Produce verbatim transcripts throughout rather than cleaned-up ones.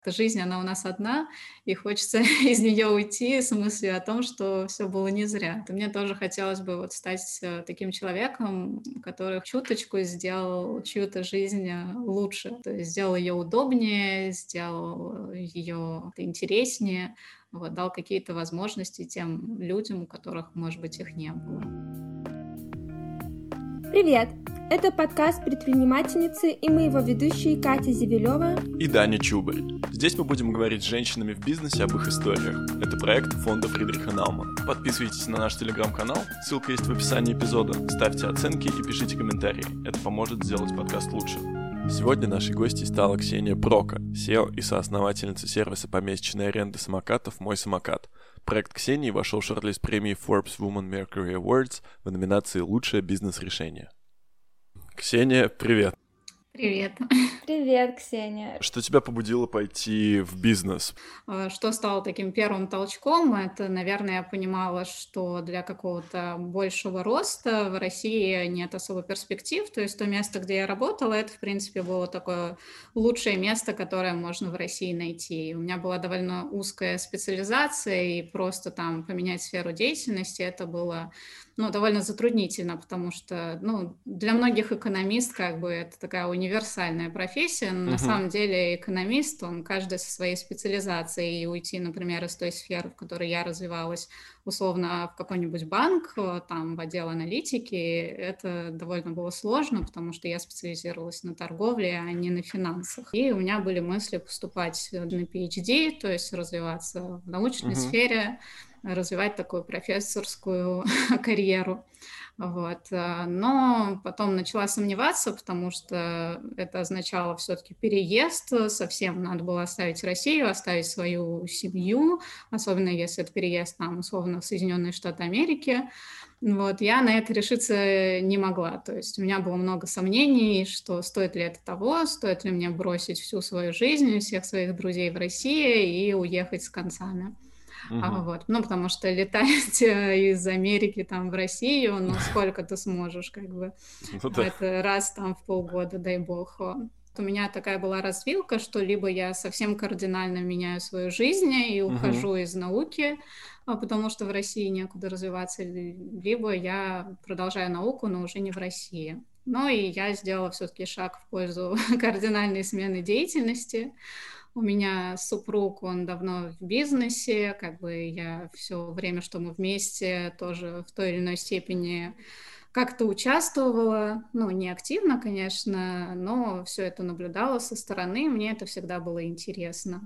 Жизнь, она у нас одна, и хочется из нее уйти с мыслью о том, что все было не зря. То мне тоже хотелось бы вот стать, э, таким человеком, который чуточку сделал чью-то жизнь, э, лучше. То есть сделал ее удобнее, сделал ее интереснее, вот, дал какие-то возможности тем людям, у которых, может быть, их не было. Привет! Это подкаст предпринимательницы, и мы его ведущие Катя Зевелева и Даня Чубарь. Здесь мы будем говорить с женщинами в бизнесе об их историях. Это проект фонда Фридриха Наумана. Подписывайтесь на наш телеграм-канал, ссылка есть в описании эпизода. Ставьте оценки и пишите комментарии. Это поможет сделать подкаст лучше. Сегодня нашей гостьей стала Ксения Прока, си и о и соосновательница сервиса помесячной аренды самокатов «Мой самокат». Проект Ксении вошел в шорт-лист премии Forbes Women Mercury Awards в номинации «Лучшее бизнес-решение». Ксения, привет. Привет. Привет, Ксения. Что тебя побудило пойти в бизнес? Что стало таким первым толчком? Это, наверное, я понимала, что для какого-то большего роста в России нет особо перспектив. То есть то место, где я работала, это, в принципе, было такое лучшее место, которое можно в России найти. И у меня была довольно узкая специализация, и просто там поменять сферу деятельности, это было... ну, довольно затруднительно, потому что, ну, для многих экономист, как бы, это такая универсальная профессия, но uh-huh. на самом деле экономист, он каждый со своей специализацией, и уйти, например, из той сферы, в которой я развивалась, условно, в какой-нибудь банк, там, в отдел аналитики, это довольно было сложно, потому что я специализировалась на торговле, а не на финансах. И у меня были мысли поступать на пи эйч ди, то есть развиваться в научной uh-huh. сфере, развивать такую профессорскую карьеру. Вот. Но потом начала сомневаться, потому что это означало все-таки переезд, совсем надо было оставить Россию, оставить свою семью, особенно если это переезд, там, условно, в Соединенные Штаты Америки. Вот, я на это решиться не могла, то есть у меня было много сомнений, что стоит ли это того, стоит ли мне бросить всю свою жизнь, всех своих друзей в России и уехать с концами. Uh-huh. А, вот. Ну, потому что летать из Америки там в Россию, ну, сколько ты сможешь, как бы, ну, да. Это раз там в полгода, дай бог. У меня такая была развилка, что либо я совсем кардинально меняю свою жизнь и ухожу uh-huh. из науки, потому что в России некуда развиваться, либо я продолжаю науку, но уже не в России. Ну, и я сделала все-таки шаг в пользу кардинальной смены деятельности. У меня супруг, он давно в бизнесе, как бы я все время, что мы вместе, тоже в той или иной степени как-то участвовала, ну, не активно, конечно, но все это наблюдала со стороны, мне это всегда было интересно.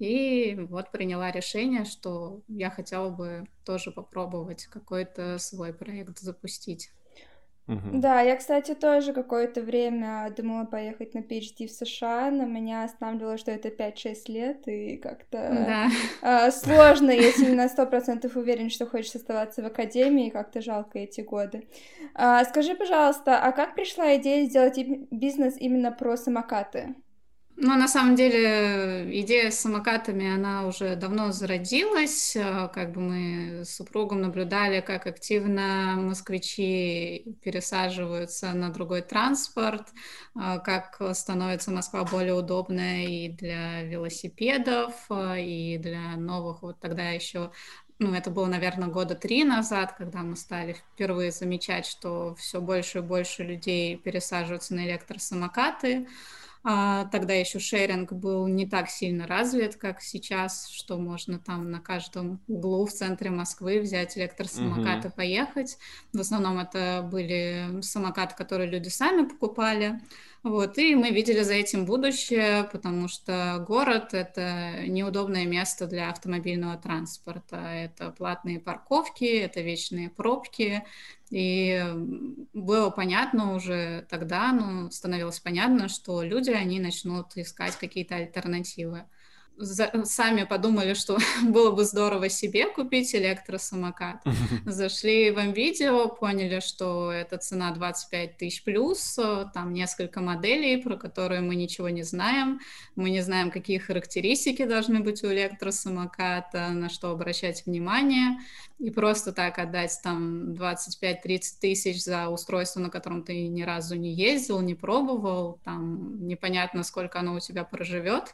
И вот приняла решение, что я хотела бы тоже попробовать какой-то свой проект запустить. Uh-huh. Да, я, кстати, тоже какое-то время думала поехать на пи эйч ди в США, но меня останавливало, что это пять-шесть лет, и как-то да. э, сложно, если не на сто процентов уверен, что хочешь оставаться в академии, как-то жалко эти годы. А, скажи, пожалуйста, а как пришла идея сделать бизнес именно про самокаты? Ну, на самом деле, идея с самокатами, она уже давно зародилась. Как бы мы с супругом наблюдали, как активно москвичи пересаживаются на другой транспорт, как становится Москва более удобной и для велосипедов, и для новых, вот тогда еще... Ну, это было, наверное, года три назад, когда мы стали впервые замечать, что все больше и больше людей пересаживаются на электросамокаты. Тогда еще шеринг был не так сильно развит, как сейчас, что можно там на каждом углу в центре Москвы взять электросамокат и uh-huh. поехать. В основном это были самокаты, которые люди сами покупали. Вот, и мы видели за этим будущее, потому что город — это неудобное место для автомобильного транспорта. Это платные парковки, это вечные пробки. И было понятно уже тогда, ну, становилось понятно, что люди, они начнут искать какие-то альтернативы. За, сами подумали, что было бы здорово себе купить электросамокат. Зашли в МВидео, поняли, что это цена двадцать пять тысяч плюс, там несколько моделей, про которые мы ничего не знаем. Мы не знаем, какие характеристики должны быть у электросамоката, на что обращать внимание. И просто так отдать там двадцать пять-тридцать тысяч за устройство, на котором ты ни разу не ездил, не пробовал, там непонятно, сколько оно у тебя проживет.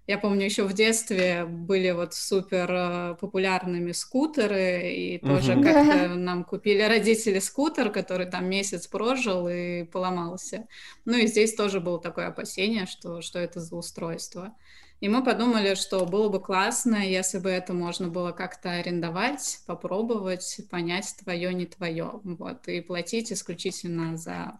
Я помню, еще в детстве были вот супер популярными скутеры, и тоже Мгм. как-то нам купили родители скутер, который там месяц прожил и поломался. Ну и здесь тоже было такое опасение, что что это за устройство. И мы подумали, что было бы классно, если бы это можно было как-то арендовать, попробовать, понять, твое, не твое. Вот, и платить исключительно за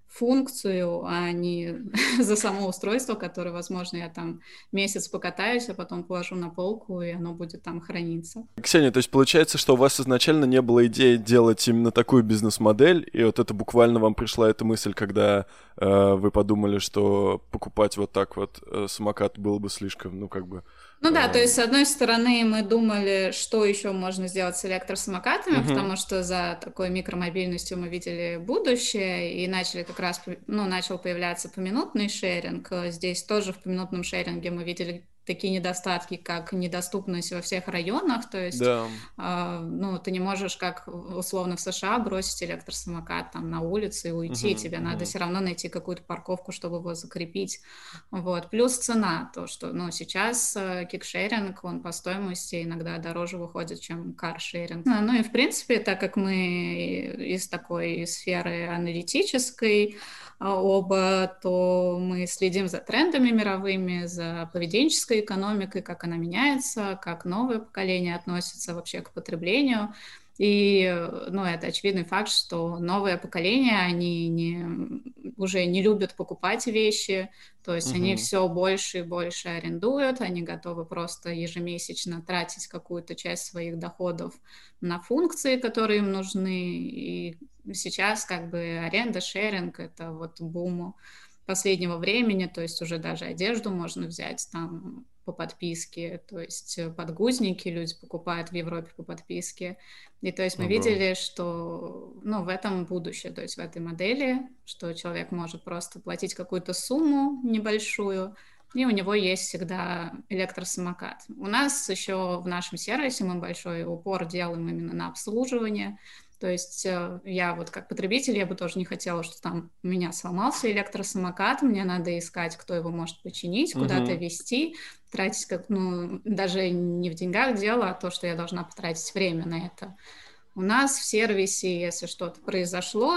функцию, а не за само устройство, которое, возможно, я там месяц покатаюсь, а потом положу на полку, и оно будет там храниться. Ксения, то есть получается, что у вас изначально не было идеи делать именно такую бизнес-модель, и вот это буквально вам пришла эта мысль, когда э, вы подумали, что покупать вот так вот э, самокат было бы слишком, ну как бы... Ну да, то э, есть, с одной стороны, мы думали, что еще можно сделать с электросамокатами, Мгм. потому что за такой микромобильностью мы видели будущее, и начали как раз, по- ну, начал появляться поминутный шеринг. Э, Здесь тоже в поминутном шеринге мы видели такие недостатки, как недоступность во всех районах, то есть, Да. а, ну, ты не можешь, как условно в США, бросить электросамокат там на улице и уйти, Мгм, тебе надо мгм. все равно найти какую-то парковку, чтобы его закрепить. Вот. Плюс цена, то, что, ну, сейчас э, кикшеринг, он по стоимости иногда дороже выходит, чем каршеринг. А, Ну и, в принципе, так как мы из такой сферы аналитической а, оба, то мы следим за трендами мировыми, за поведенческой экономикой, как она меняется, как новое поколение относится вообще к потреблению. И, э, ну, это очевидный факт, что новое поколение, они не, уже не любят покупать вещи, то есть они Мгм. все больше и больше арендуют, они готовы просто ежемесячно тратить какую-то часть своих доходов на функции, которые им нужны. И сейчас как бы аренда, шеринг — это вот бум последнего времени, то есть уже даже одежду можно взять там по подписке, то есть э, подгузники люди покупают в Европе по подписке. И то есть мы Ого. видели, что, ну, в этом будущее, то есть в этой модели, что человек может просто платить какую-то сумму небольшую, и у него есть всегда электросамокат. У нас еще в нашем сервисе мы большой упор делаем именно на обслуживание. То есть э, я вот как потребитель, я бы тоже не хотела, что там у меня сломался электросамокат, мне надо искать, кто его может починить, куда-то Мгм. везти, тратить, как, ну, даже не в деньгах дело, а то, что я должна потратить время на это. У нас в сервисе, если что-то произошло,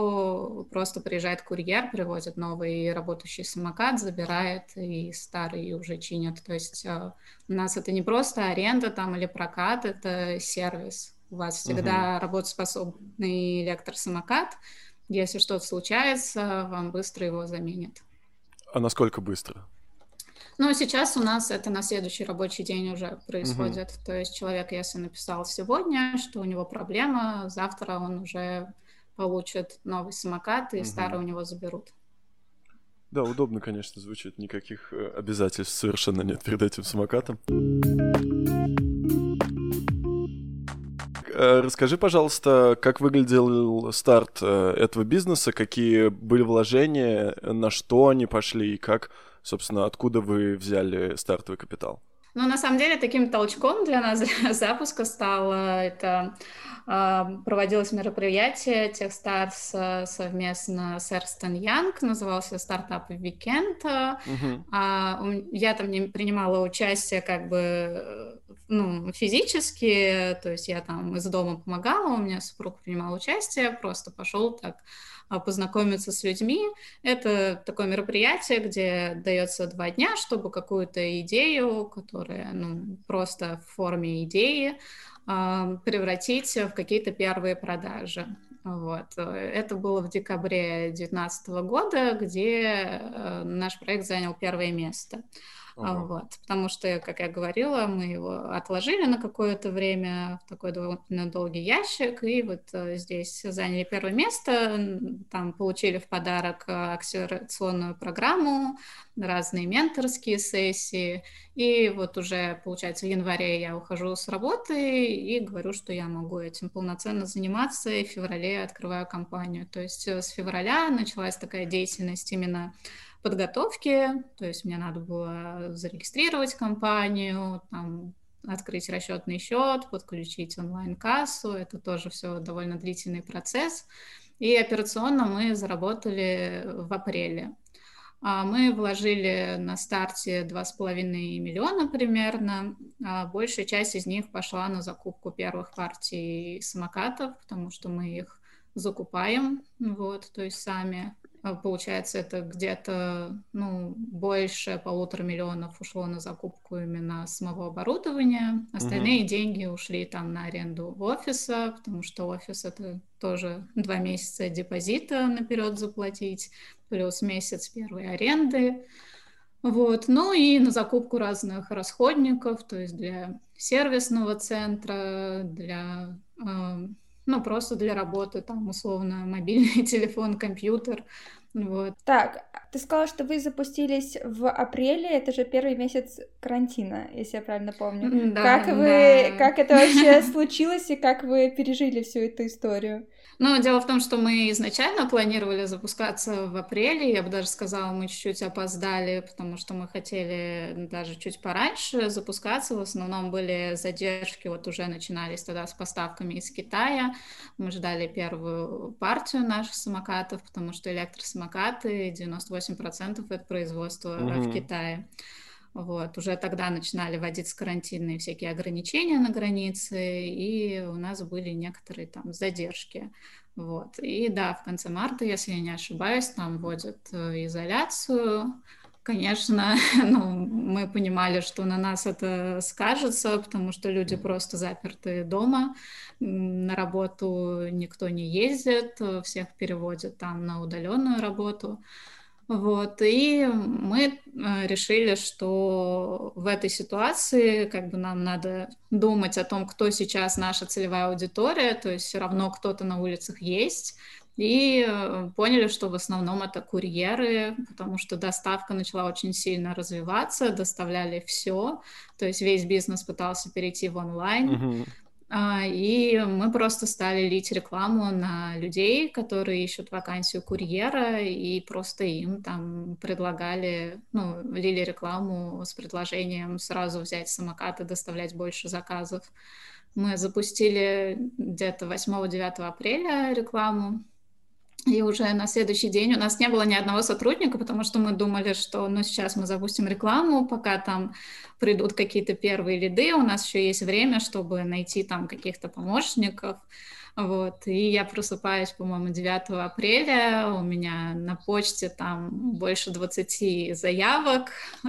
то просто приезжает курьер, привозит новый работающий самокат, забирает, и старый уже чинят. То есть э, у нас это не просто аренда там или прокат, это сервис. У вас Мгм. всегда работоспособный электросамокат. Если что-то случается, вам быстро его заменят. А насколько быстро? Ну, сейчас у нас это на следующий рабочий день уже Мгм. происходит. То есть человек, если написал сегодня, что у него проблема, завтра он уже получит новый самокат, и старый Мгм. у него заберут. Да, удобно, конечно, звучит. Никаких э, обязательств совершенно нет перед этим самокатом. Э, Расскажи, пожалуйста, как выглядел старт э, этого бизнеса, какие были вложения, на что они пошли и как, собственно, откуда вы взяли стартовый капитал? Ну, на самом деле, таким толчком для нас для запуска стало это а, проводилось мероприятие Техстарс а, совместно с Ernst энд Young, назывался стартап Weekend. Мгм. А, у м- я там не принимала участие как бы э, ну, физически, то есть я там из дома помогала, у меня супруг принимал участие, просто пошел так а, познакомиться с людьми. Это такое мероприятие, где дается два дня, чтобы какую-то идею, которая, ну, просто в форме идеи, а, превратить в какие-то первые продажи. Вот. Это было в декабре две тысячи девятнадцатого года, где э, наш проект занял первое место. А, Ого. Вот. Потому что, как я говорила, мы его отложили на какое-то время в такой довольно долгий ящик, и вот э, здесь заняли первое место, м, там получили в подарок э, акселерационную программу, разные менторские сессии, и вот уже, получается, в январе я ухожу с работы и говорю, что я могу этим полноценно заниматься, и в феврале открываю компанию. То есть э, с февраля началась такая деятельность именно подготовки, то есть мне надо было зарегистрировать компанию, там, открыть расчетный счет, подключить онлайн-кассу, это тоже все довольно длительный процесс. И операционно мы заработали в апреле. Мы вложили на старте два с половиной миллиона примерно, а большая часть из них пошла на закупку первых партий самокатов, потому что мы их закупаем, вот, то есть сами. Получается, это где-то, ну, больше полутора миллионов ушло на закупку именно самого оборудования. Остальные mm-hmm. деньги ушли там на аренду офиса, потому что офис — это тоже два месяца депозита наперед заплатить, плюс месяц первой аренды. Вот. Ну и на закупку разных расходников, то есть для сервисного центра, для... Э, ну, просто для работы, там, условно, мобильный телефон, компьютер, вот. Так, ты сказала, что вы запустились в апреле, это же первый месяц карантина, если я правильно помню. Да, как вы, да. как это вообще случилось, и как вы пережили всю эту историю? Ну, дело в том, что мы изначально планировали запускаться в апреле, я бы даже сказала, мы чуть-чуть опоздали, потому что мы хотели даже чуть пораньше запускаться, в основном были задержки, вот уже начинались тогда с поставками из Китая, мы ждали первую партию наших самокатов, потому что электросамокаты, девяносто восемь процентов это производство mm-hmm. в Китае. Вот, уже тогда начинали вводиться карантинные всякие ограничения на границе, и у нас были некоторые там задержки. Вот. И да, в конце марта, если я не ошибаюсь, там вводят изоляцию. Конечно, ну, мы понимали, что на нас это скажется, потому что люди просто заперты дома, на работу никто не ездит, всех переводят там на удаленную работу. Вот, и мы решили, что в этой ситуации как бы нам надо думать о том, кто сейчас наша целевая аудитория, то есть все равно кто-то на улицах есть, и поняли, что в основном это курьеры, потому что доставка начала очень сильно развиваться, доставляли все, то есть весь бизнес пытался перейти в онлайн. Mm-hmm. И мы просто стали лить рекламу на людей, которые ищут вакансию курьера, и просто им там предлагали, ну, лили рекламу с предложением сразу взять самокат и доставлять больше заказов. Мы запустили где-то восьмого-девятого апреля рекламу, и уже на следующий день у нас не было ни одного сотрудника, потому что мы думали, что ну, сейчас мы запустим рекламу, пока там придут какие-то первые лиды, у нас еще есть время, чтобы найти там каких-то помощников. Вот. И я просыпаюсь, по-моему, девятого апреля, у меня на почте там больше двадцати заявок,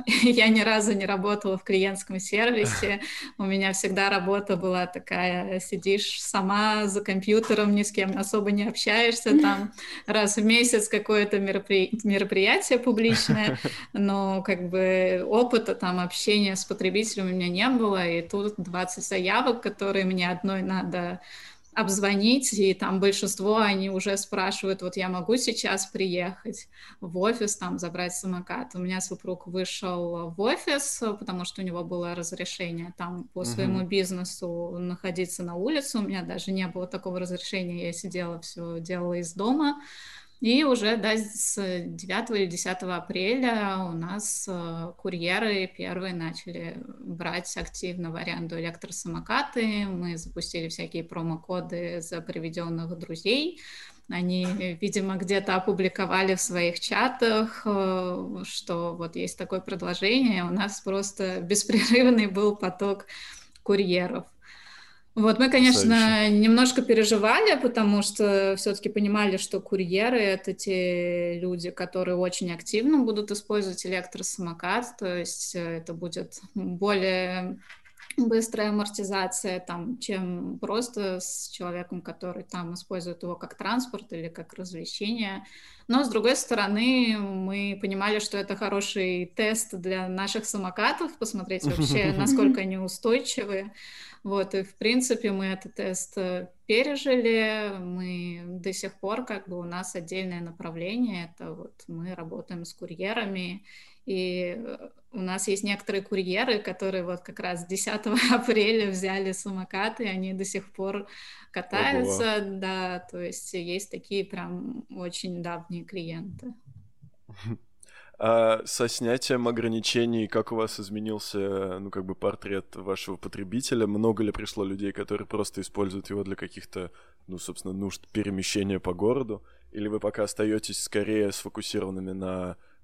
я ни разу не работала в клиентском сервисе, у меня всегда работа была такая, сидишь сама за компьютером, ни с кем особо не общаешься, там раз в месяц какое-то меропри... мероприятие публичное, но как бы опыта там общения с потребителем у меня не было, и тут двадцать заявок, которые мне одной надо обзвонить, и там большинство, они уже спрашивают, вот я могу сейчас приехать в офис, там, забрать самокат. У меня супруг вышел в офис, потому что у него было разрешение там по своему uh-huh. бизнесу находиться на улице. У меня даже не было такого разрешения, я сидела, все делала из дома. И уже да, с девятого или десятого апреля у нас э, курьеры первые начали брать активно в аренду электросамокаты. Мы запустили всякие промокоды за приведенных друзей. Они, видимо, где-то опубликовали в своих чатах, э, что вот есть такое предложение. У нас просто беспрерывный был поток курьеров. Вот, мы, конечно, Потрясающе. Немножко переживали, потому что все-таки понимали, что курьеры — это те люди, которые очень активно будут использовать электросамокат, то есть это будет более быстрая амортизация, там, чем просто с человеком, который там использует его как транспорт или как развлечение. Но, с другой стороны, мы понимали, что это хороший тест для наших самокатов, посмотреть вообще, насколько они устойчивы. Вот, и, в принципе, мы этот тест пережили, мы до сих пор, как бы, у нас отдельное направление, это вот мы работаем с курьерами, и у нас есть некоторые курьеры, которые вот как раз десятого апреля взяли самокаты, и они до сих пор катаются, Ого. Да, то есть есть такие прям очень давние клиенты. А со снятием ограничений, как у вас изменился, ну, как бы, портрет вашего потребителя? Много ли пришло людей, которые просто используют его для каких-то, ну, собственно, нужд перемещения по городу? Или вы пока остаетесь скорее сфокусированными на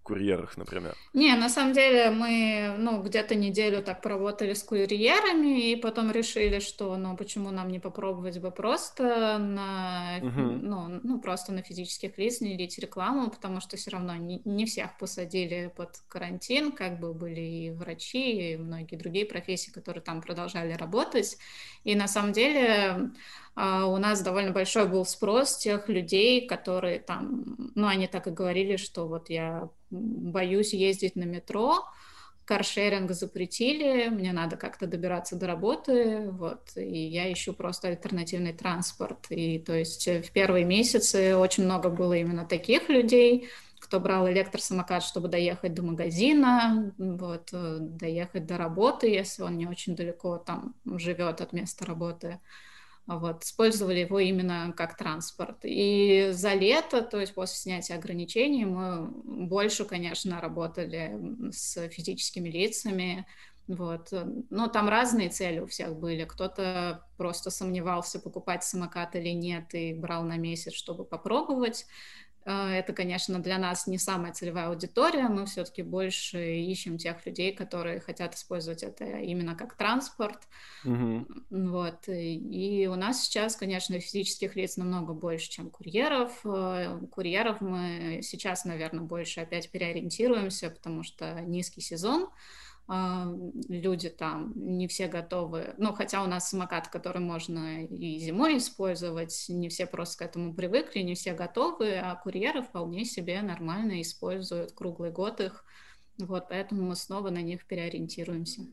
курьерах, например? Не, на самом деле мы, ну, где-то неделю так поработали с курьерами, и потом решили, что, ну, почему нам не попробовать бы просто на, Угу. ну, ну, просто на физических лиц не лить рекламу, потому что все равно не, не всех посадили под карантин, как бы были и врачи, и многие другие профессии, которые там продолжали работать. И на самом деле а, у нас довольно большой был спрос тех людей, которые там, ну, они так и говорили, что вот я боюсь ездить на метро, каршеринг запретили, мне надо как-то добираться до работы, вот, и я ищу просто альтернативный транспорт. И то есть в первые месяцы очень много было именно таких людей, кто брал электросамокат, чтобы доехать до магазина, вот, доехать до работы, если он не очень далеко там живет от места работы. Вот, использовали его именно как транспорт. И за лето, то есть после снятия ограничений, мы больше, конечно, работали с физическими лицами. Вот. Но там разные цели у всех были. Кто-то просто сомневался, покупать самокат или нет, и брал на месяц, чтобы попробовать. Это, конечно, для нас не самая целевая аудитория, мы все-таки больше ищем тех людей, которые хотят использовать это именно как транспорт. Угу. Вот. И у нас сейчас, конечно, физических лиц намного больше, чем курьеров. Курьеров мы сейчас, наверное, больше опять переориентируемся, потому что низкий сезон. Люди там не все готовы, ну, хотя у нас самокат, который можно и зимой использовать, не все просто к этому привыкли, не все готовы, а курьеры вполне себе нормально используют круглый год их, вот, поэтому мы снова на них переориентируемся.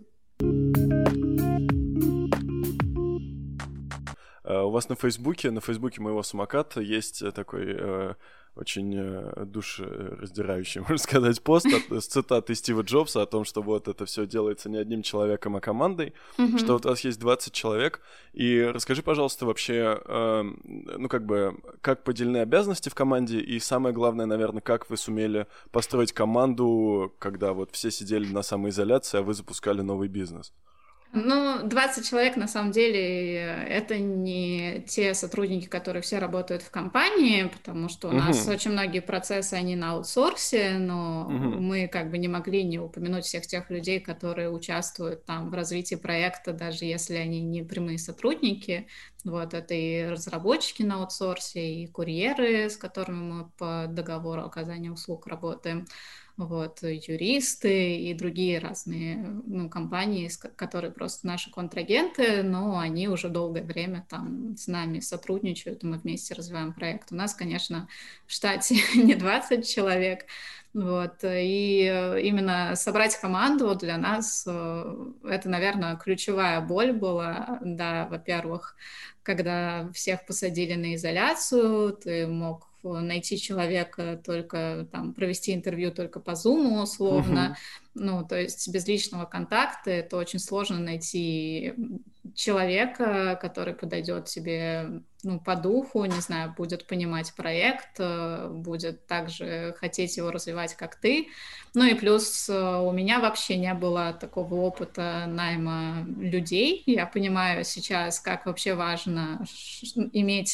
У вас на Фейсбуке, на Фейсбуке моего самоката есть такой э, очень э, душераздирающий, можно сказать, пост от, с цитатой Стива Джобса о том, что вот это все делается не одним человеком, а командой, mm-hmm. что вот у вас есть двадцать человек. И расскажи, пожалуйста, вообще, э, ну как бы, как поделены обязанности в команде, и самое главное, наверное, как вы сумели построить команду, когда вот все сидели на самоизоляции, а вы запускали новый бизнес? Ну, двадцать человек, на самом деле, это не те сотрудники, которые все работают в компании, потому что у uh-huh. нас очень многие процессы, они на аутсорсе, но uh-huh. мы как бы не могли не упомянуть всех тех людей, которые участвуют там в развитии проекта, даже если они не прямые сотрудники. Вот, это и разработчики на аутсорсе, и курьеры, с которыми мы по договору оказания услуг работаем. Вот, юристы и другие разные, ну, компании, которые просто наши контрагенты, но они уже долгое время там с нами сотрудничают, и мы вместе развиваем проект. У нас, конечно, в штате не двадцать человек, вот, и именно собрать команду для нас, это, наверное, ключевая боль была, да, во-первых, когда всех посадили на изоляцию, ты мог найти человека только, там, провести интервью только по Zoom условно, uh-huh. ну, то есть без личного контакта это очень сложно найти человека, который подойдет тебе, ну, по духу, не знаю, будет понимать проект, будет также хотеть его развивать, как ты. Ну и плюс у меня вообще не было такого опыта найма людей. Я понимаю сейчас, как вообще важно иметь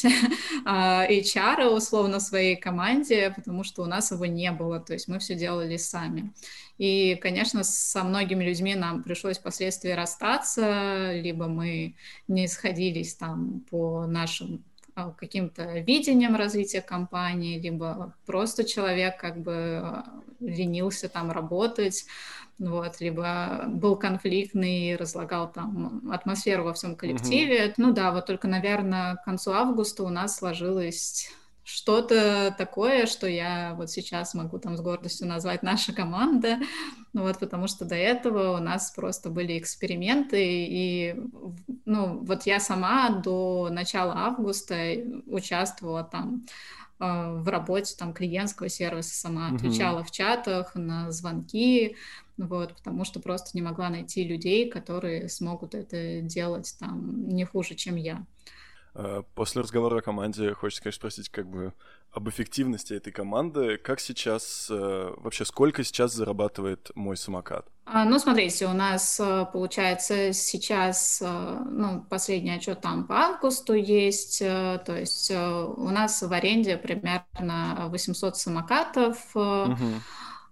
эйч ар условно в своей команде, потому что у нас его не было, то есть мы все делали сами. И, конечно, со многими людьми нам пришлось впоследствии расстаться, либо мы не сходились там по нашим каким-то видением развития компании, либо просто человек как бы ленился там работать, вот, либо был конфликтный, разлагал там атмосферу во всем коллективе. Mm-hmm. Ну да, вот только, наверное, к концу августа у нас сложилось что-то такое, что я вот сейчас могу там с гордостью назвать наша команда, ну вот, потому что до этого у нас просто были эксперименты, и, ну, вот я сама до начала августа участвовала там в работе там клиентского сервиса, сама uh-huh. отвечала в чатах на звонки, вот, потому что просто не могла найти людей, которые смогут это делать там не хуже, чем я. После разговора о команде хочется, конечно, спросить как бы об эффективности этой команды. Как сейчас, вообще, сколько сейчас зарабатывает мой самокат? А, ну, смотрите, у нас, получается, сейчас, ну, последний отчет там по августу есть, то есть у нас в аренде примерно восемьсот самокатов, угу.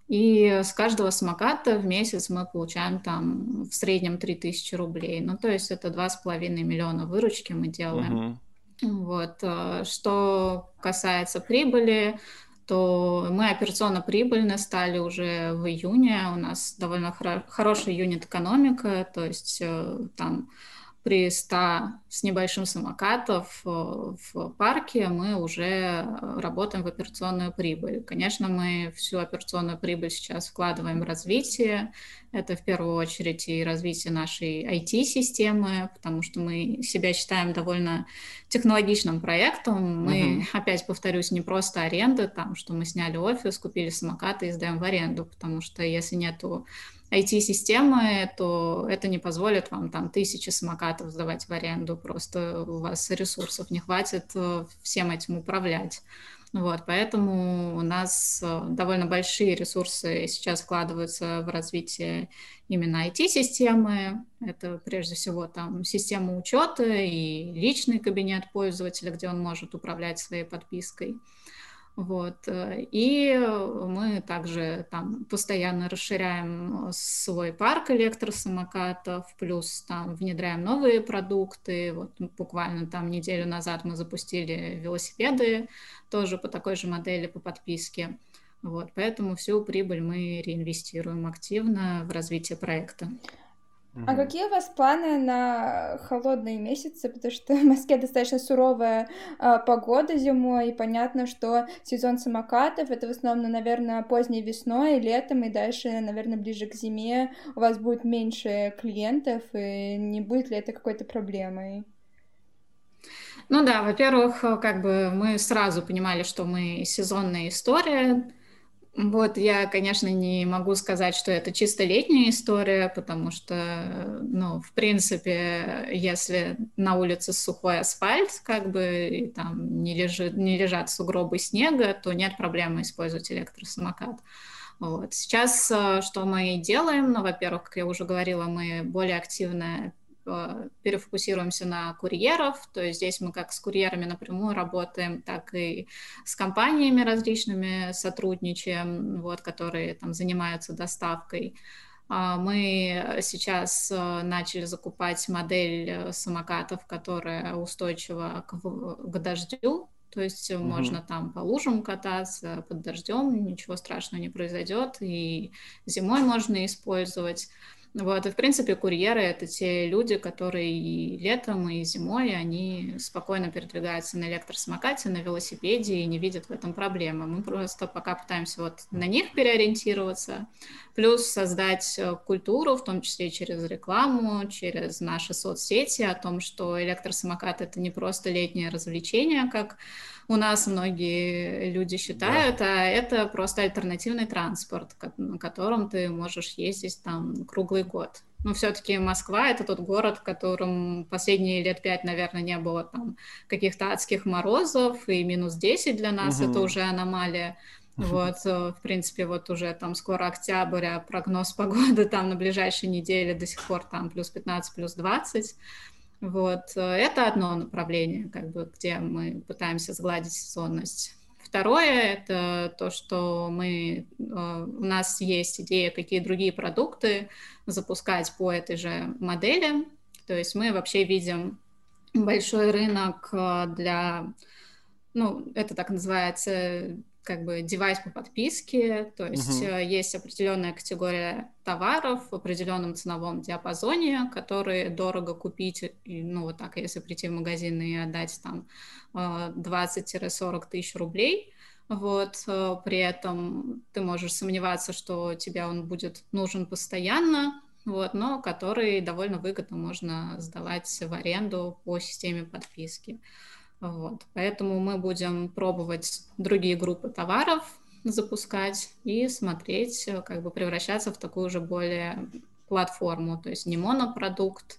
И с каждого самоката в месяц мы получаем там в среднем три тысячи рублей. Ну, то есть это два с половиной миллиона выручки мы делаем. Uh-huh. Вот. Что касается прибыли, то мы операционно прибыльны стали уже в июне. У нас довольно хоро- хорошая юнит-экономика, то есть там при ста с небольшим самокатов в парке мы уже работаем в операционную прибыль. Конечно, мы всю операционную прибыль сейчас вкладываем в развитие. Это в первую очередь и развитие нашей ай ти-системы, потому что мы себя считаем довольно технологичным проектом. Мы, uh-huh. опять повторюсь, не просто аренда, там, что мы сняли офис, купили самокаты и сдаем в аренду, потому что если нету ай ти-системы, то это не позволит вам там тысячи самокатов сдавать в аренду, просто у вас ресурсов не хватит всем этим управлять. Вот, поэтому у нас довольно большие ресурсы сейчас вкладываются в развитие именно ай ти-системы. Это прежде всего там система учета и личный кабинет пользователя, где он может управлять своей подпиской. Вот. И мы также там постоянно расширяем свой парк электросамокатов, плюс там внедряем новые продукты. Вот буквально там неделю назад мы запустили велосипеды, тоже по такой же модели, по подписке. Вот. Поэтому всю прибыль мы реинвестируем активно в развитие проекта. А какие у вас планы на холодные месяцы? Потому что в Москве достаточно суровая а, погода зимой, и понятно, что сезон самокатов — это в основном, наверное, поздней весной, летом, и дальше, наверное, ближе к зиме у вас будет меньше клиентов, и не будет ли это какой-то проблемой? Ну да, во-первых, как бы мы сразу понимали, что мы сезонная история. Вот, я, конечно, не могу сказать, что это чисто летняя история, потому что, ну, в принципе, если на улице сухой асфальт, как бы, и там не, лежит, не лежат сугробы снега, то нет проблемы использовать электросамокат. Вот. Сейчас что мы делаем? Ну, во-первых, как я уже говорила, мы более активно перефокусируемся на курьеров, то есть здесь мы как с курьерами напрямую работаем, так и с компаниями различными сотрудничаем, вот, которые там занимаются доставкой. Мы сейчас начали закупать модель самокатов, которая устойчива к, к дождю, то есть mm-hmm. можно там по лужам кататься под дождем, ничего страшного не произойдет, и зимой можно использовать. Вот, и, в принципе, курьеры — это те люди, которые и летом, и зимой, они спокойно передвигаются на электросамокате, на велосипеде и не видят в этом проблемы. Мы просто пока пытаемся вот на них переориентироваться, плюс создать культуру, в том числе через рекламу, через наши соцсети, о том, что электросамокат — это не просто летнее развлечение, как у нас многие люди считают, да. А это просто альтернативный транспорт, на котором ты можешь ездить там круглый год. Но все-таки Москва — это тот город, в котором последние лет пять, наверное, не было там каких-то адских морозов, и минус десять для нас угу. это уже аномалия. Вот, в принципе, вот уже там скоро октябрь, а прогноз погоды там на ближайшие недели до сих пор там плюс пятнадцать, плюс двадцать. Вот, это одно направление, как бы, где мы пытаемся сгладить сезонность. Второе — это то, что мы, у нас есть идея, какие другие продукты запускать по этой же модели. То есть мы вообще видим большой рынок для, ну, это так называется, как бы девайс по подписке, то есть uh-huh. есть определенная категория товаров в определенном ценовом диапазоне, которые дорого купить, ну вот так, если прийти в магазин и отдать там двадцать-сорок тысяч рублей, вот, при этом ты можешь сомневаться, что тебе он будет нужен постоянно, вот, но который довольно выгодно можно сдавать в аренду по системе подписки. Вот. Поэтому мы будем пробовать другие группы товаров запускать и смотреть, как бы превращаться в такую же более платформу. То есть не монопродукт,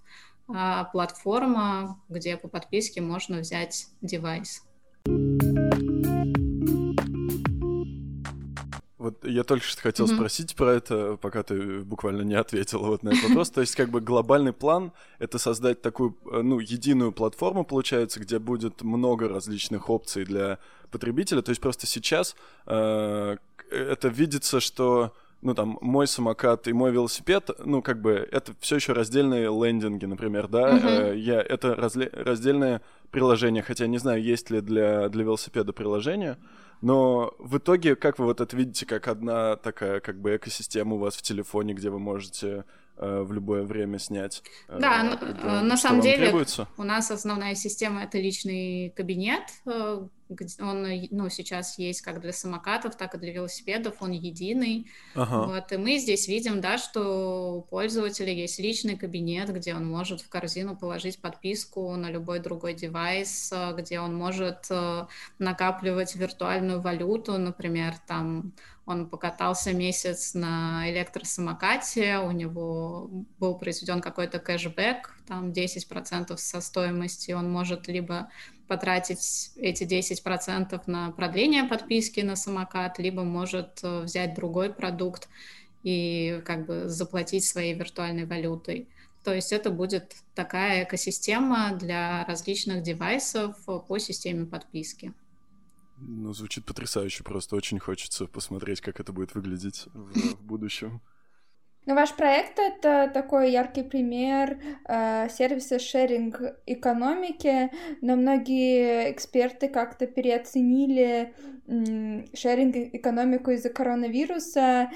а платформа, где по подписке можно взять девайс. Вот я только что хотел Мгм. спросить про это, пока ты буквально не ответила вот на этот вопрос. То есть как бы глобальный план — это создать такую, э, ну, единую платформу, получается, где будет много различных опций для потребителя. То есть просто сейчас э, к- это видится, что, ну, там, мой самокат и мой велосипед, ну, как бы это все еще раздельные лендинги, например, да. Мгм. Э, я, это разле- раздельное приложение, хотя не знаю, есть ли для, для велосипеда приложение. Но в итоге, как вы вот это видите, как одна такая как бы экосистема у вас в телефоне, где вы можете э, в любое время снять, Да, э, н- как э, бы, на что самом вам деле требуется? у нас основная система — это личный кабинет. э, где Он, э, ну, сейчас есть как для самокатов, так и для велосипедов, он единый. Ага. Вот, и мы здесь видим, да, что у пользователя есть личный кабинет, где он может в корзину положить подписку на любой другой девайс, э, где он может э, накапливать виртуальную валюту, например, там он покатался месяц на электросамокате, у него был произведен какой-то кэшбэк, там десять процентов со стоимости, он может либо потратить эти десять процентов на продление подписки на самокат, либо может э, взять другой продукт и как бы заплатить своей виртуальной валютой. То есть это будет такая экосистема для различных девайсов э, по системе подписки. Ну, звучит потрясающе, просто очень хочется посмотреть, как это будет выглядеть в, в будущем. Ну, ваш проект — это такой яркий пример э, сервиса шеринг-экономики, но многие эксперты как-то переоценили м, шеринг-экономику из-за коронавируса,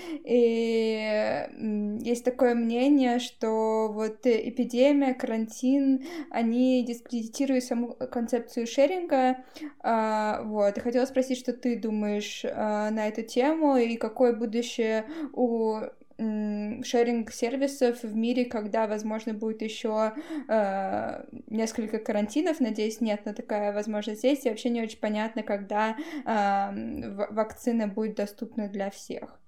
и м, есть такое мнение, что вот эпидемия, карантин, они дискредитируют саму концепцию шеринга. А, вот, и хотела спросить, что ты думаешь а, на эту тему, и какое будущее у шеринг-сервисов в мире, когда, возможно, будет еще э, несколько карантинов. Надеюсь, нет, но такая возможность есть. И вообще не очень понятно, когда э, вакцина будет доступна для всех.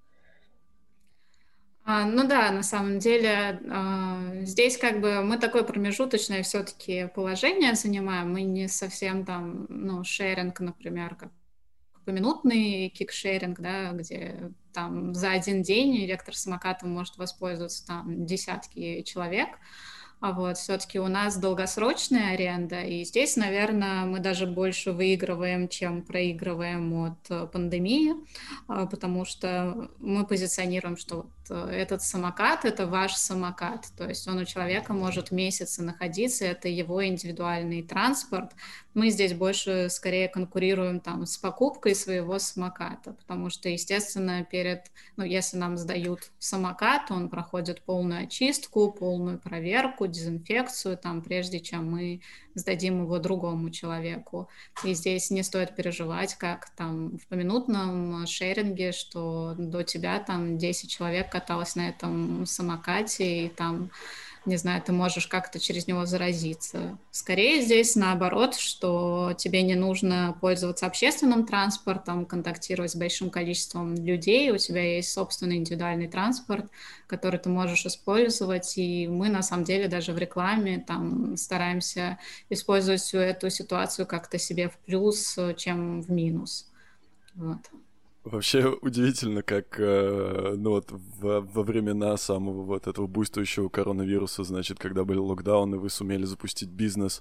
А, ну да, на самом деле а, здесь как бы мы такое промежуточное все-таки положение занимаем. Мы не совсем там, ну, шеринг, например, как поминутный кикшеринг, да, где там за один день электросамокатом может воспользоваться там десятки человек. А вот все-таки у нас долгосрочная аренда, и здесь, наверное, мы даже больше выигрываем, чем проигрываем от э, пандемии, а, потому что мы позиционируем, что вот э, этот самокат — это ваш самокат, то есть он у человека может месяцы находиться, это его индивидуальный транспорт. Мы здесь больше скорее конкурируем там с покупкой своего самоката, потому что, естественно, перед, ну, если нам сдают самокат, он проходит полную очистку, полную проверку, дезинфекцию, там, прежде чем мы сдадим его другому человеку. И здесь не стоит переживать, как там в поминутном шеринге, что до тебя там десять человек каталось на этом самокате, и там, не знаю, ты можешь как-то через него заразиться. Скорее здесь наоборот, что тебе не нужно пользоваться общественным транспортом, контактировать с большим количеством людей, у тебя есть собственный индивидуальный транспорт, который ты можешь использовать, и мы на самом деле даже в рекламе там стараемся использовать всю эту ситуацию как-то себе в плюс, чем в минус. Вот. Вообще удивительно, как, э, ну вот, во, во времена самого вот этого буйствующего коронавируса, значит, когда были локдауны, вы сумели запустить бизнес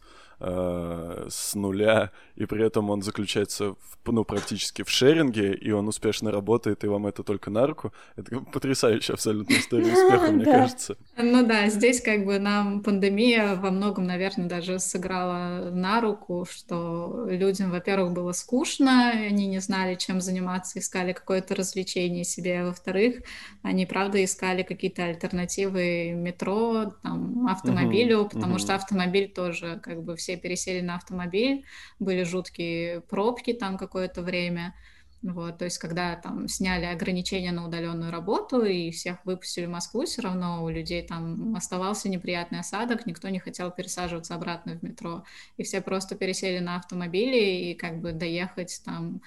э, с нуля, и при этом он заключается, в, ну, практически в шеринге, и он успешно работает, и вам это только на руку. Это потрясающая абсолютно история успеха, мне кажется. Ну да, здесь как бы нам пандемия во многом, наверное, даже сыграла на руку, что людям, во-первых, было скучно, они не знали, чем заниматься, искали какое-то развлечение себе, во-вторых, они, правда, искали какие-то альтернативы метро, там, Мгм, автомобилю, потому что мгм. автомобиль тоже, как бы все пересели на автомобиль, были жуткие пробки там какое-то время. Вот, то есть, когда там сняли ограничения на удаленную работу и всех выпустили в Москву, все равно у людей там оставался неприятный осадок, никто не хотел пересаживаться обратно в метро, и все просто пересели на автомобили и как бы доехать там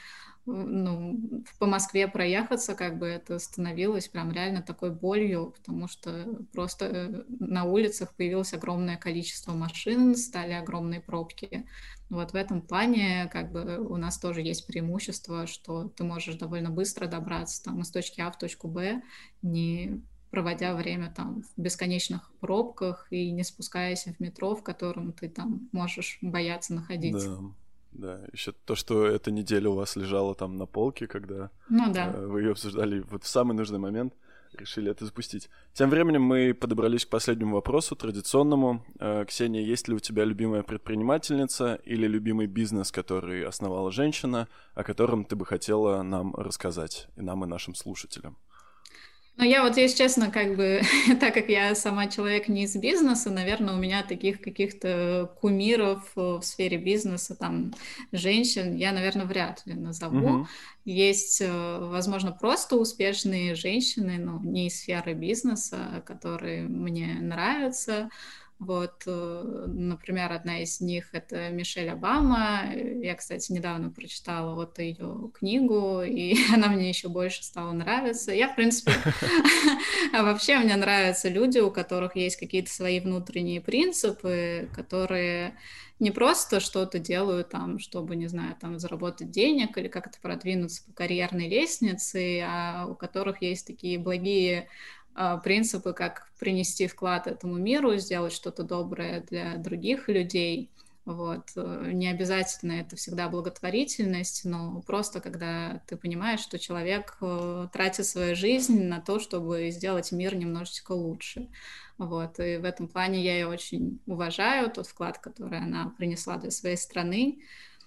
ну, по Москве проехаться, как бы это становилось прям реально такой болью, потому что просто на улицах появилось огромное количество машин, стали огромные пробки. Вот в этом плане как бы у нас тоже есть преимущество, что ты можешь довольно быстро добраться там из точки А в точку Б, не проводя время там в бесконечных пробках и не спускаясь в метро, в котором ты там можешь бояться находиться. Да. Да, еще то, что эта неделя у вас лежала там на полке, когда ну, да. э, вы ее обсуждали, вот в самый нужный момент решили это запустить. Тем временем мы подобрались к последнему вопросу, традиционному. Э, Ксения, есть ли у тебя любимая предпринимательница или любимый бизнес, который основала женщина, о котором ты бы хотела нам рассказать, и нам, и нашим слушателям? Ну, я вот, если честно, как бы, так как я сама человек не из бизнеса, наверное, у меня таких каких-то кумиров в сфере бизнеса, там, женщин, я, наверное, вряд ли назову. Uh-huh. Есть, возможно, просто успешные женщины, но не из сферы бизнеса, которые мне нравятся. Вот, например, одна из них — это Мишель Обама. Я, кстати, недавно прочитала вот ее книгу, и она мне еще больше стала нравиться. Я, в принципе, а вообще мне нравятся люди, у которых есть какие-то свои внутренние принципы, которые не просто что-то делают там, чтобы, не знаю, там заработать денег или как-то продвинуться по карьерной лестнице, а у которых есть такие благие принципы, как принести вклад этому миру, сделать что-то доброе для других людей. Вот. Не обязательно это всегда благотворительность, но просто когда ты понимаешь, что человек тратит свою жизнь на то, чтобы сделать мир немножечко лучше. Вот. И в этом плане я ее очень уважаю, тот вклад, который она принесла для своей страны.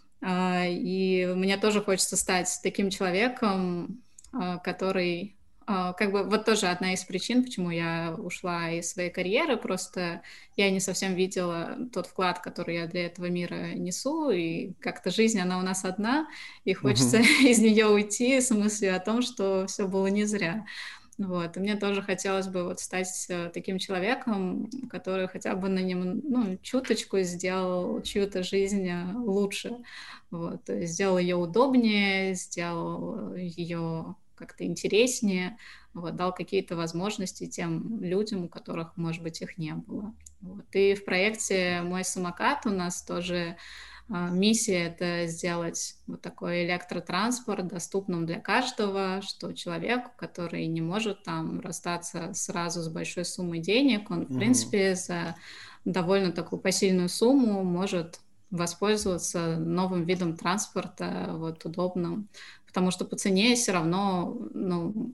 И мне тоже хочется стать таким человеком, который... Как бы вот тоже одна из причин, почему я ушла из своей карьеры, просто я не совсем видела тот вклад, который я для этого мира несу, и как-то жизнь, она у нас одна, и хочется uh-huh. из нее уйти с мыслью о том, что все было не зря. Вот. И мне тоже хотелось бы вот стать таким человеком, который хотя бы на нем, ну, чуточку сделал чью-то жизнь лучше. Вот. Сделал ее удобнее, сделал ее как-то интереснее, вот, дал какие-то возможности тем людям, у которых, может быть, их не было. Вот. И в проекте «Мой самокат» у нас тоже а, миссия — это сделать вот такой электротранспорт доступным для каждого, что человек, который не может там расстаться сразу с большой суммой денег, он, в mm-hmm. принципе, за довольно такую посильную сумму может воспользоваться новым видом транспорта, вот, удобным. Потому что по цене все равно, ну,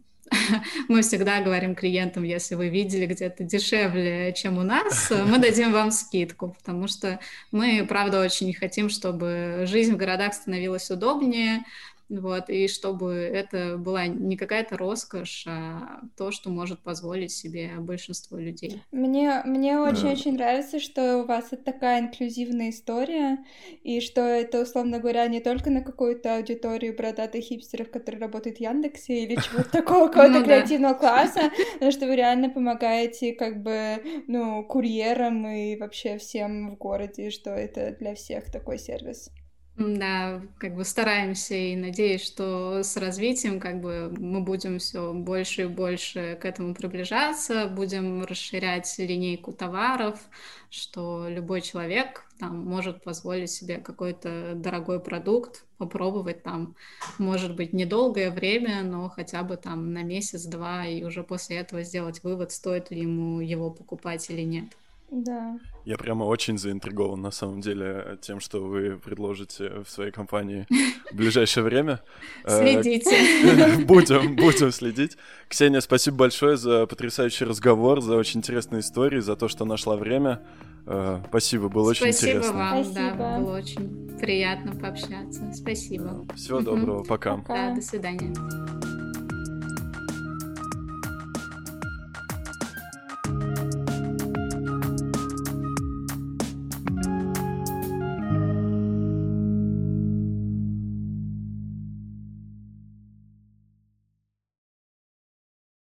мы всегда говорим клиентам, если вы видели где-то дешевле, чем у нас, мы дадим вам скидку, потому что мы, правда, очень хотим, чтобы жизнь в городах становилась удобнее, вот, и чтобы это была не какая-то роскошь, а то, что может позволить себе большинство людей. Мне, мне очень-очень нравится, что у вас это такая инклюзивная история, и что это, условно говоря, не только на какую-то аудиторию бородатых хипстеров, которые работают в Яндексе, или чего-то такого, какого-то креативного класса, но что вы реально помогаете, как бы, ну, курьерам и вообще всем в городе, что это для всех такой сервис. Да, как бы стараемся и надеюсь, что с развитием как бы мы будем все больше и больше к этому приближаться, будем расширять линейку товаров, что любой человек там может позволить себе какой-то дорогой продукт попробовать там, может быть, недолгое время, но хотя бы там на месяц-два, и уже после этого сделать вывод, стоит ли ему его покупать или нет. Да. Я прямо очень заинтригован, на самом деле, тем, что вы предложите в своей компании в ближайшее время. Следите. Будем, будем следить. Ксения, спасибо большое за потрясающий разговор, за очень интересные истории, за то, что нашла время. Спасибо, было очень интересно. Спасибо вам, Спасибо. Да, было очень приятно пообщаться. Спасибо. Всего доброго, пока. Да, до свидания.